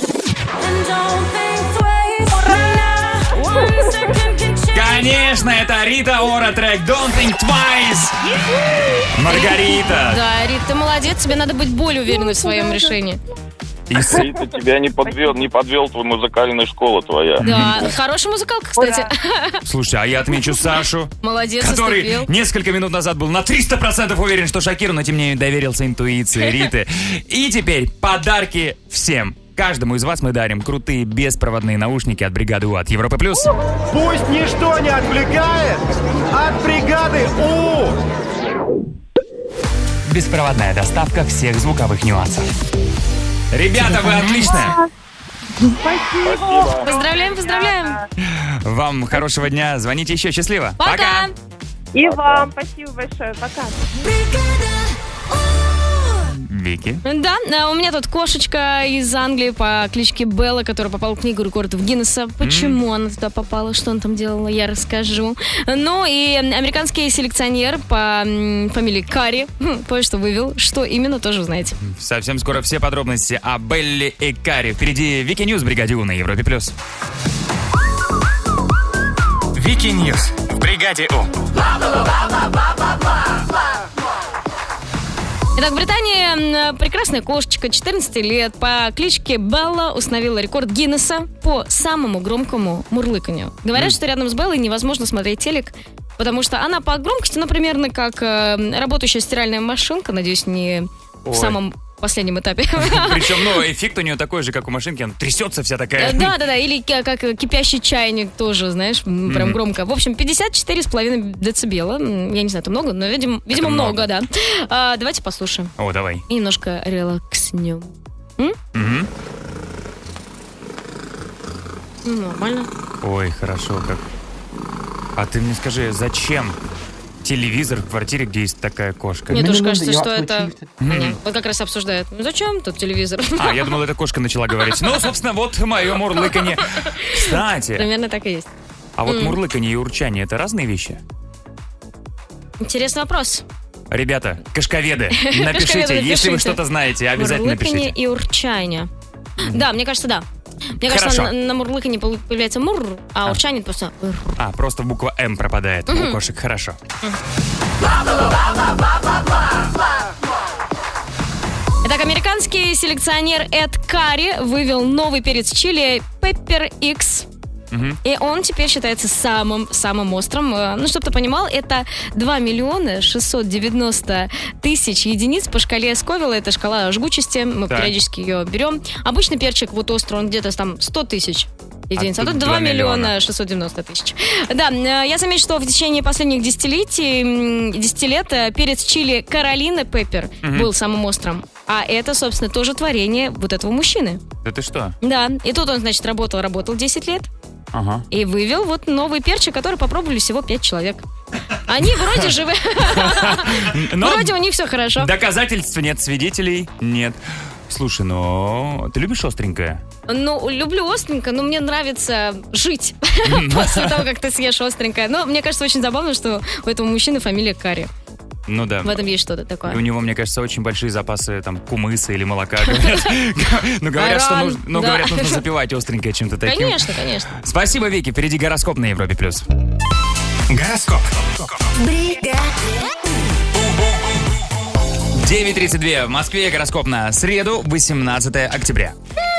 Конечно, это Рита Ора, трек Don't Think Twice. Маргарита. Да, Рит, ты молодец, тебе надо быть более уверенной в своем решении. Рита, тебя не подвел, не подвел твоя музыкальная школа твоя. Да, хорошая музыкалка, кстати. Слушай, а я отмечу Сашу, Молодец, который уступил. несколько минут назад был на триста процентов уверен, что Шакира, но тем не менее доверился интуиции Риты. И теперь подарки всем. Каждому из вас мы дарим крутые беспроводные наушники от бригады У от Европы плюс. Пусть ничто не отвлекает от бригады У. Беспроводная доставка всех звуковых нюансов. Ребята, вы отличные! Спасибо. Поздравляем, поздравляем. Вам хорошего дня. Звоните еще. Счастливо. Пока. И вам спасибо большое. Пока. Вики. Да, а у меня тут кошечка из Англии по кличке Белла, которая попала в книгу рекордов Гиннесса. Почему mm. она туда попала, что она там делала, я расскажу. Ну и американский селекционер по фамилии Карри кое-что вывел. Что именно, тоже узнаете. Совсем скоро все подробности о Белле и Карри. Впереди Вики Ньюс в бригаде У на Европе плюс. Вики Ньюс в бригаде У. Итак, в Британии прекрасная кошечка четырнадцати лет по кличке Белла установила рекорд Гиннесса по самому громкому мурлыканью. Говорят, mm. что рядом с Беллой невозможно смотреть телек, потому что она по громкости, ну, примерно как э, работающая стиральная машинка, надеюсь, не Ой. в самом последнем этапе. Причем, ну, эффект у нее такой же, как у машинки, она трясется вся такая. Да-да-да, или как кипящий чайник тоже, знаешь, прям mm-hmm. громко. В общем, пятьдесят четыре с половиной децибела. Я не знаю, это много, но, видимо, видимо много. много, да. А, давайте послушаем. О, давай. И немножко релакснем. М? Mm-hmm. Ну, нормально. Ой, хорошо как. А ты мне скажи, зачем телевизор в квартире, где есть такая кошка? Мне тоже кажется, что это... Mm. Вот как раз обсуждают. Ну, зачем тут телевизор? А, я думал, эта кошка начала говорить. Ну, собственно, вот мое мурлыканье. Кстати. Примерно так и есть. А вот mm. мурлыканье и урчание — это разные вещи? Интересный вопрос. Ребята, кошковеды, напишите, если вы что-то знаете, обязательно напишите. Мурлыканье и урчание. Да, мне кажется, да. Мне Хорошо. кажется, на, на мурлыканье появляется мур, а, а. урчание просто... А, просто буква М пропадает mm-hmm. у кошек. Хорошо. Итак, американский селекционер Эд Карри вывел новый перец чили Pepper X. Угу. И он теперь считается самым-самым острым. Ну, чтобы ты понимал, это два миллиона шестьсот девяносто тысяч единиц по шкале Сковилла. Это шкала жгучести. Мы так. периодически ее берем. Обычный перчик, вот острый, он где-то там сто тысяч единиц. А, а тут два миллиона шестьсот девяносто тысяч. Да, я замечу, что в течение последних десятилетий, десяти лет перец чили Каролина Пеппер угу. был самым острым. А это, собственно, тоже творение вот этого мужчины. Да ты что? Да, и тут он, значит, работал-работал десять лет. Ага. И вывел вот новый перчик, который попробовали всего пять человек. Они вроде живы. Вроде у них все хорошо. Доказательств нет, свидетелей нет. Слушай, ну, ты любишь остренькое? Ну, люблю остренькое, но мне нравится жить после того, как ты съешь остренькое. Но мне кажется, очень забавно, что у этого мужчины фамилия Карри. Ну да. В этом есть что-то такое. У него, мне кажется, очень большие запасы там кумыса или молока. Ну, говорят, что нужно, ну, говорят, нужно запивать остренькое чем-то таким. Конечно, конечно. Спасибо, Вики. Впереди гороскоп на Европе плюс. Гороскоп. девять тридцать два в Москве. Гороскоп на среду, восемнадцатое октября.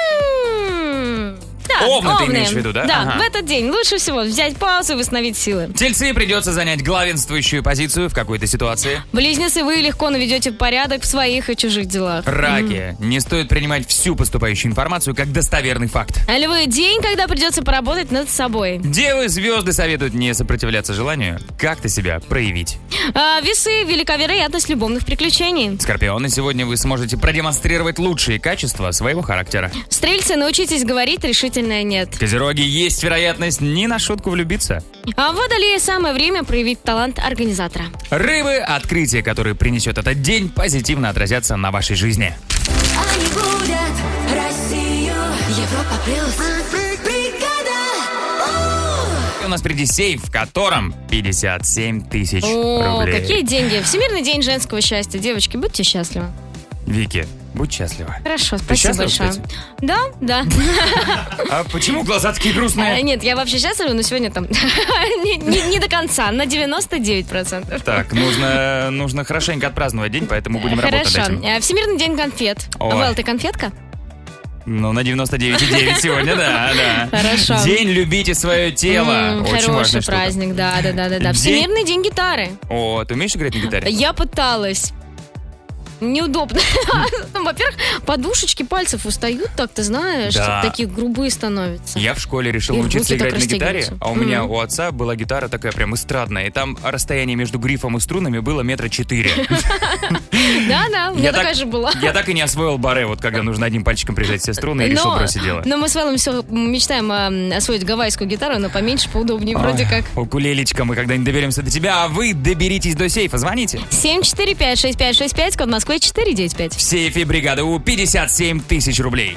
Да, Овны ты имеешь в виду, да? Да, ага. в этот день лучше всего взять паузу и восстановить силы. Тельцы, придется занять главенствующую позицию в какой-то ситуации. Близнецы, вы легко наведете порядок в своих и чужих делах. Раки, mm. не стоит принимать всю поступающую информацию как достоверный факт. А львы, день, когда придется поработать над собой. Девы, звезды советуют не сопротивляться желанию как-то себя проявить. А, весы, велика вероятность любовных приключений. Скорпионы, сегодня вы сможете продемонстрировать лучшие качества своего характера. Стрельцы, научитесь говорить решительно нет. Козероги, есть вероятность не на шутку влюбиться. А в Водолее самое время проявить талант организатора. Рыбы, открытия, которые принесет этот день, позитивно отразятся на вашей жизни. Они будут Россию, Европа плюс, бригада. У нас впереди сейф, в котором пятьдесят семь тысяч О, рублей. Какие деньги! Всемирный день женского счастья. Девочки, будьте счастливы. Вики, будь счастлива. Хорошо, спасибо большое. Кстати? Да, да. А почему глаза такие грустные? А, нет, я вообще счастлива, но сегодня там не, не, не до конца, на девяносто девять процентов. Так, нужно, нужно хорошенько отпраздновать день, поэтому будем работать над этим. Хорошо. Всемирный день конфет. Вэл, ты конфетка? Ну, на девяносто девять и девять сегодня, да, да. Хорошо. День любите свое тело. М-м, Очень хороший праздник, штука. да, да, да, да, да. Всемирный день гитары. О, ты умеешь играть на гитаре? Я пыталась. Неудобно. Во-первых, подушечки пальцев устают, так ты знаешь, да. такие грубые становятся. Я в шоле решил и научиться играть на гитаре, а у mm-hmm. меня у отца была гитара такая прям эстрадная, и там расстояние между грифом и струнами было метра четыре. Да-да, у меня такая же была. Я так и не освоил баре, вот когда нужно одним пальчиком прижать все струны, и решил бросить дело. Но мы с Вэллом все мечтаем освоить гавайскую гитару, но поменьше, поудобнее вроде как. Укулелечка, мы когда-нибудь доберемся до тебя, а вы доберитесь до сейфа, звоните. семь четыре пять шесть пять шесть пять, код Москвы Москвы четыре девять пять. В сейфе бригады У пятьдесят семь тысяч рублей.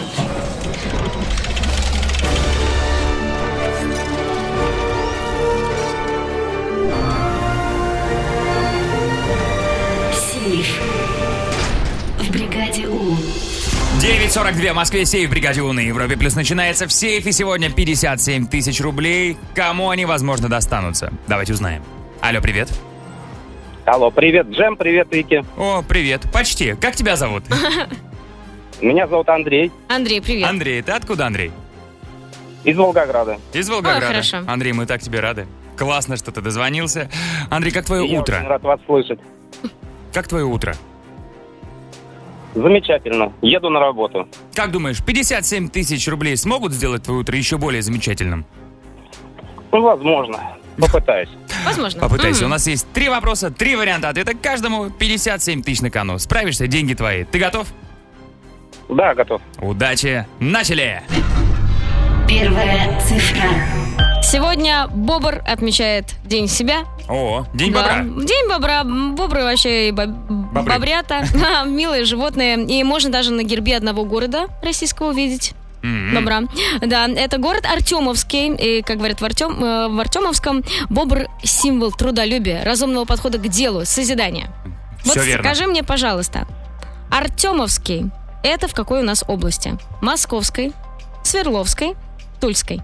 Сейф в бригаде У. девять сорок два в Москве, сейф в бригаде У на Европе Плюс начинается. В сейфе сегодня пятьдесят семь тысяч рублей. Кому они, возможно, достанутся? Давайте узнаем. Алло, привет. Алло, привет, Джем, привет, Вики. О, привет. Почти. Как тебя зовут? Меня зовут Андрей. Андрей, привет. Андрей, ты откуда, Андрей? Из Волгограда. Из Волгограда. Ой, хорошо. Андрей, мы так тебе рады. Классно, что ты дозвонился. Андрей, как твое Я утро? очень рад вас слышать. Как твое утро? Замечательно. Еду на работу. Как думаешь, пятьдесят семь тысяч рублей смогут сделать твое утро еще более замечательным? Ну, возможно. Попытаюсь. Возможно. Попытайся. Мгм. У нас есть три вопроса, три варианта ответа. Каждому пятьдесят семь тысяч на кону. Справишься, деньги твои. Ты готов? Да, готов. Удачи. Начали! Первая цифра. Сегодня Бобр отмечает День себя. О, День Да. бобра. День бобра. Бобры вообще и боб- Бобры. бобрята. Ха, милые животные. И можно даже на гербе одного города российского увидеть. М-м. Бобра. Да, это город Артемовский. И, как говорят в, Артем, э, в Артемовском, бобр – символ трудолюбия, разумного подхода к делу, созидания. Всё вот верно. скажи мне, пожалуйста, Артемовский – это в какой у нас области? Московской, Свердловской, Тульской?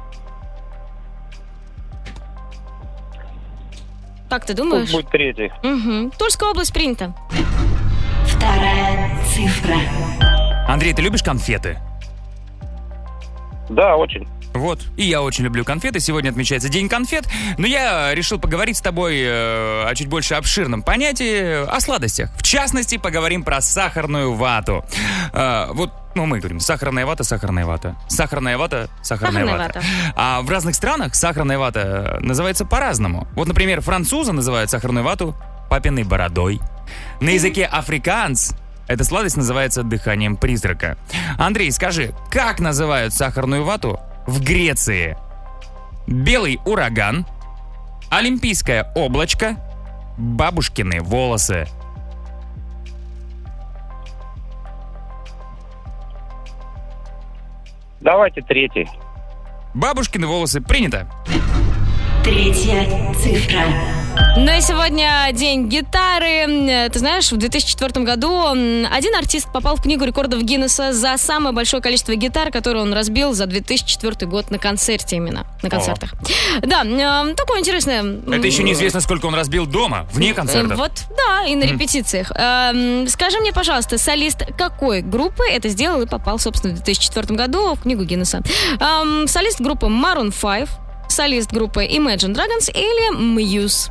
Как ты думаешь? Пусть будет третий. Угу. Тульская область принята. Вторая цифра. Андрей, ты любишь конфеты? Да, очень. Вот, и я очень люблю конфеты. Сегодня отмечается День конфет. Но я решил поговорить с тобой э, о чуть больше обширном понятии, о сладостях. В частности, поговорим про сахарную вату. Э, вот, ну, мы говорим, сахарная вата, сахарная вата. Сахарная вата, сахарная, Сахарная вата. вата. А в разных странах сахарная вата называется по-разному. Вот, например, французы называют сахарную вату папиной бородой. На языке африканс эта сладость называется дыханием призрака. Андрей, скажи, как называют сахарную вату в Греции? Белый ураган, олимпийское облачко, бабушкины волосы. Давайте третий. Бабушкины волосы принято. Третья цифра. Ну и сегодня день гитары. Ты знаешь, в две тысячи четвёртом году один артист попал в книгу рекордов Гиннесса за самое большое количество гитар, которые он разбил за две тысячи четвёртый год на концерте именно, на концертах. Да, э, такое интересное. Это еще неизвестно, сколько он разбил дома, вне концертов. Э, Вот, да, и на Мгм. репетициях. Эм, Скажи мне, пожалуйста, солист какой группы это сделал и попал, собственно, в две тысячи четвёртом году в книгу Гиннесса? Эм, Солист группы Maroon пять, солист группы Imagine Dragons или Muse?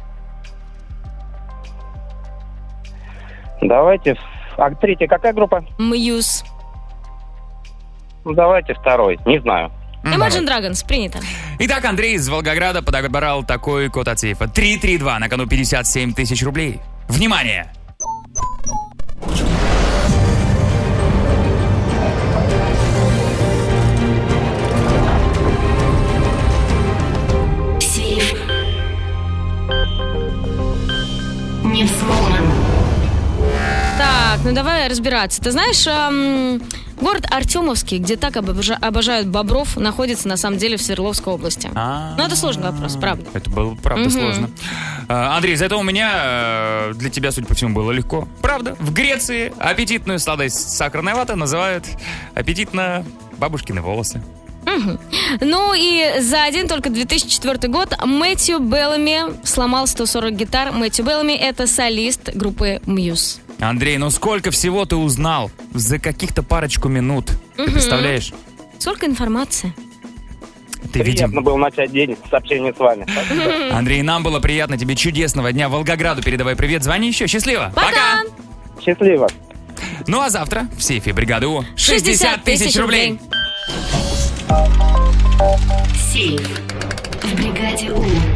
Давайте... А третья какая группа? Muse. Ну, давайте второй. Не знаю. Imagine Dragons, принято. Итак, Андрей из Волгограда подобрал такой код от сейфа. три три два, на кону пятьдесят семь тысяч рублей. Внимание! Сейф не взломан. Так, ну давай разбираться. Ты знаешь, эм, город Артемовский, где так обожа- обожают бобров, находится на самом деле в Свердловской области. А. Ну это сложный вопрос, правда. Это было, правда, Мгм. сложно. А, Андрей, зато у меня э, для тебя, судя по всему, было легко. Правда, в Греции аппетитную сладость сахарная вата называют аппетитно бабушкины волосы. Мгм. Ну и за один только две тысячи четвёртый год Мэтью Беллами сломал сто сорок гитар. Мэтью Беллами — это солист группы Muse. Андрей, ну сколько всего ты узнал за каких-то парочку минут? Ты Мгм. представляешь? Сколько информации. Ты, видим... Приятно было начать день с общения с вами. Спасибо. Андрей, нам было приятно. Тебе чудесного дня. Волгограду передавай привет. Звони еще. Счастливо. Пока! Счастливо. Ну а завтра в сейфе бригады У шестьдесят тысяч рублей. Сейф в бригаде У.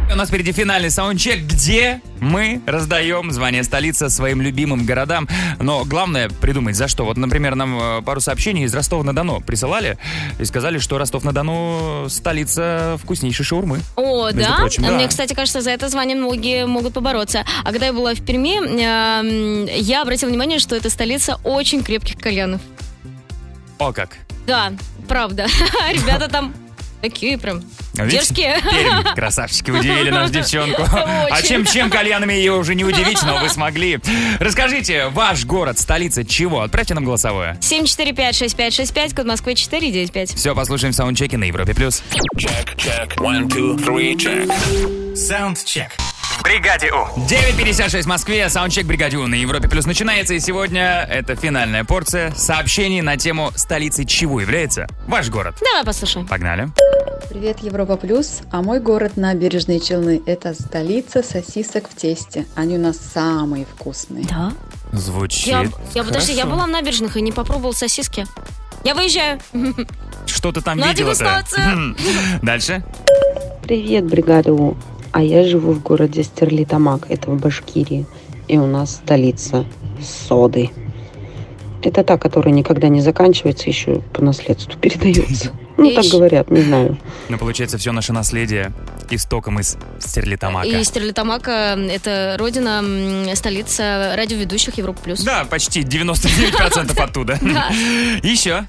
У нас впереди финальный саундчек, где мы раздаем звание столица своим любимым городам. Но главное придумать, за что. Вот, например, нам э, пару сообщений из Ростова-на-Дону присылали и сказали, что Ростов-на-Дону столица вкуснейшей шаурмы. О, Между да? прочим, да. Мне, кстати, кажется, за это звание многие могут побороться. А когда я была в Перми, э, я обратила внимание, что это столица очень крепких кальянов. О, как. Да, правда. Ребята там такие прям дерзкие. Пермь, красавчики, удивили нашу девчонку. А чем-чем кальянами ее уже не удивить, но вы смогли. Расскажите, ваш город, столица чего? Отправьте нам голосовое. семь четыре пять шесть пять шесть пять, код Москвы четыре девять пять. Все, послушаем в саундчеке на Европе+. плюс. Check, check, one, two, three, check. Саундчек. В бригаде У. девять пятьдесят шесть в Москве, саундчек «Бригаде У» на Европе Плюс начинается, и сегодня это финальная порция сообщений на тему столицей чего является ваш город. Давай послушаем. Погнали. Привет, Европа Плюс. А мой город Набережные Челны – это столица сосисок в тесте. Они у нас самые вкусные. Да? Звучит Я, я хорошо. подожди, я была в Набережных и не попробовала сосиски. Я выезжаю. Что ты там На видела-то? дегустацию. Дальше. Привет, бригада У. А я живу в городе Стерлитамак, это в Башкирии. И у нас столица соды. Это та, которая никогда не заканчивается, еще по наследству передается. Ну, так говорят, не знаю. Ну, получается, все наше наследие истоком из Стерлитамака. И Стерлитамака – это родина, м, столица радиоведущих Европа Плюс. Да, почти девяносто девять процентов оттуда. Еще.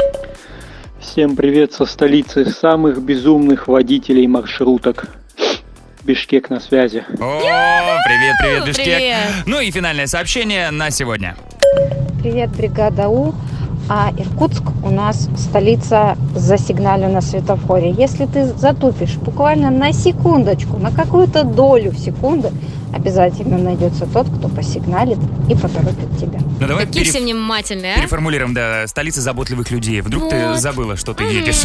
Всем привет со столицы самых безумных водителей маршруток. Бишкек на связи. О, привет, привет, Бишкек. Привет. Ну и финальное сообщение на сегодня. Привет, бригада У. А Иркутск у нас столица засигналю на светофоре. Если ты затупишь буквально на секундочку, на какую-то долю секунды, обязательно найдется тот, кто посигналит и поторопит тебя. Ну, давай Какие переф- все внимательные, а? переформулируем, да, столица заботливых людей. Вдруг ты Вот. забыла, что ты едешь.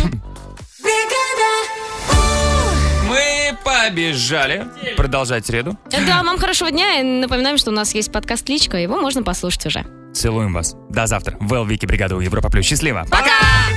Мы побежали продолжать среду. Да, вам хорошего дня. И напоминаем, что у нас есть подкаст «Личка». Его можно послушать уже. Целуем вас. До завтра. Вэл, Вики, бригада У, Европа Плюс. Счастливо. Пока!